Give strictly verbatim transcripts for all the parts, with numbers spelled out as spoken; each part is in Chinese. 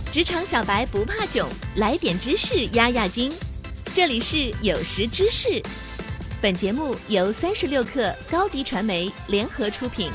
职场小白不怕囧，来点知识压压惊。这里是有识知识，本节目由三十六克高低传媒联合出品。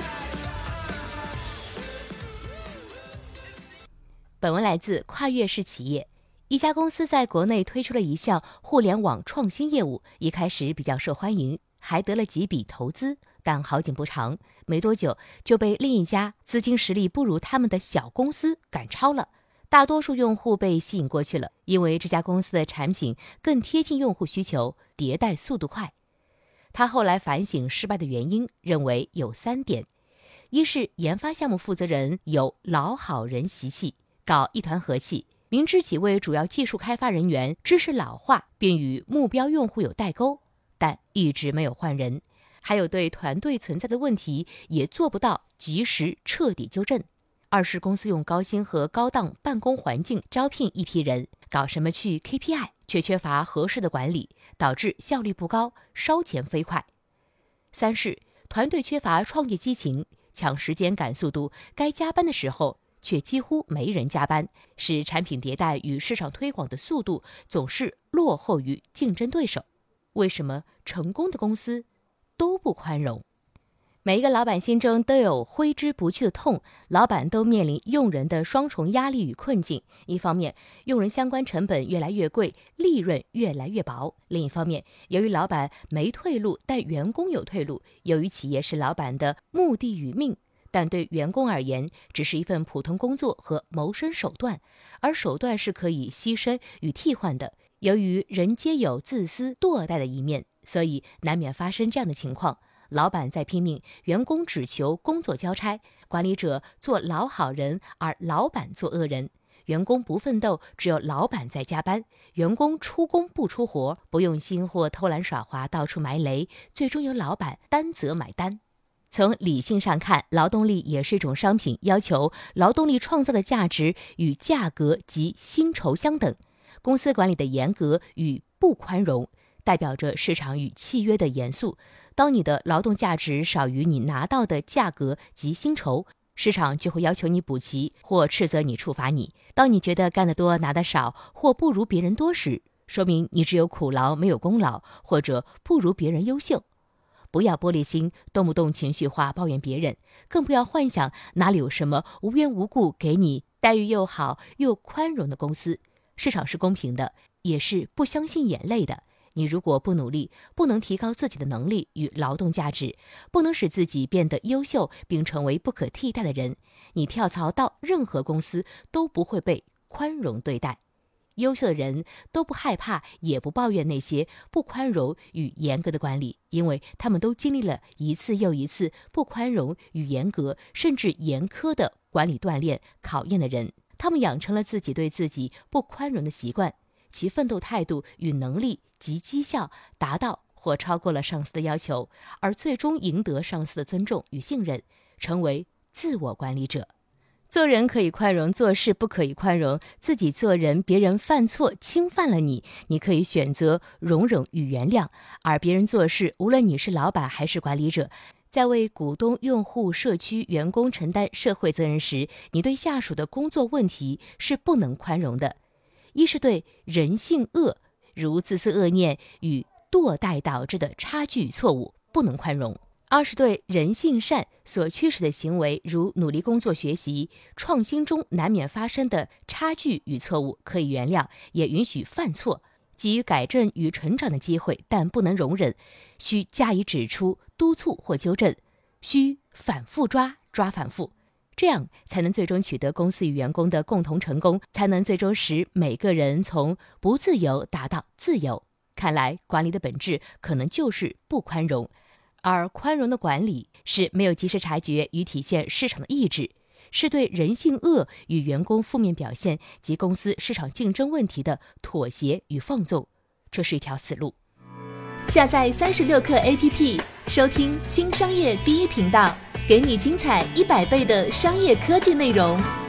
本文来自跨越式企业。一家公司在国内推出了一项互联网创新业务，一开始比较受欢迎，还得了几笔投资，但好景不长，没多久就被另一家资金实力不如他们的小公司赶超了。大多数用户被吸引过去了，因为这家公司的产品更贴近用户需求，迭代速度快。他后来反省失败的原因，认为有三点：一是研发项目负责人有老好人习气，搞一团和气，明知几位主要技术开发人员知识老化，并与目标用户有代沟，但一直没有换人；还有对团队存在的问题也做不到及时彻底纠正。二是公司用高薪和高档办公环境招聘一批人，搞什么去 K P I， 却缺乏合适的管理，导致效率不高，烧钱飞快。三是团队缺乏创业激情，抢时间赶速度，该加班的时候却几乎没人加班，使产品迭代与市场推广的速度总是落后于竞争对手。为什么成功的公司都不宽容？每一个老板心中都有挥之不去的痛，老板都面临用人的双重压力与困境。一方面，用人相关成本越来越贵，利润越来越薄；另一方面，由于老板没退路，但员工有退路；由于企业是老板的目的与命，但对员工而言，只是一份普通工作和谋生手段，而手段是可以牺牲与替换的。由于人皆有自私堕怠的一面，所以难免发生这样的情况。老板在拼命，员工只求工作交差；管理者做老好人，而老板做恶人；员工不奋斗，只有老板在加班；员工出工不出活，不用心或偷懒耍滑，到处埋雷，最终由老板担责买单。从理性上看，劳动力也是一种商品，要求劳动力创造的价值与价格及薪酬相等。公司管理的严格与不宽容，代表着市场与契约的严肃。当你的劳动价值少于你拿到的价格及薪酬，市场就会要求你补齐，或斥责你、处罚你。当你觉得干得多拿得少，或不如别人多时，说明你只有苦劳没有功劳，或者不如别人优秀。不要玻璃心，动不动情绪化抱怨别人，更不要幻想哪里有什么无缘无故给你待遇又好又宽容的公司。市场是公平的，也是不相信眼泪的。你如果不努力，不能提高自己的能力与劳动价值，不能使自己变得优秀并成为不可替代的人，你跳槽到任何公司都不会被宽容对待。优秀的人都不害怕，也不抱怨那些不宽容与严格的管理，因为他们都经历了一次又一次不宽容与严格，甚至严苛的管理锻炼考验的人。他们养成了自己对自己不宽容的习惯，其奋斗态度与能力及绩效达到或超过了上司的要求，而最终赢得上司的尊重与信任，成为自我管理者。做人可以宽容，做事不可以宽容。自己做人，别人犯错侵犯了你，你可以选择容忍与原谅；而别人做事，无论你是老板还是管理者，在为股东、用户、社区、员工承担社会责任时，你对下属的工作问题是不能宽容的。一是对人性恶，如自私恶念与堕怠导致的差距与错误不能宽容；二是对人性善所驱使的行为，如努力工作、学习、创新中难免发生的差距与错误可以原谅，也允许犯错，给予改正与成长的机会，但不能容忍，需加以指出、督促或纠正，需反复抓，抓反复。这样才能最终取得公司与员工的共同成功，才能最终使每个人从不自由达到自由。看来管理的本质可能就是不宽容，而宽容的管理是没有及时察觉与体现市场的意志，是对人性恶与员工负面表现及公司市场竞争问题的妥协与放纵，这是一条死路。 下载三十六课 A P P， 收听新商业第一频道，给你精彩一百倍的商业科技内容。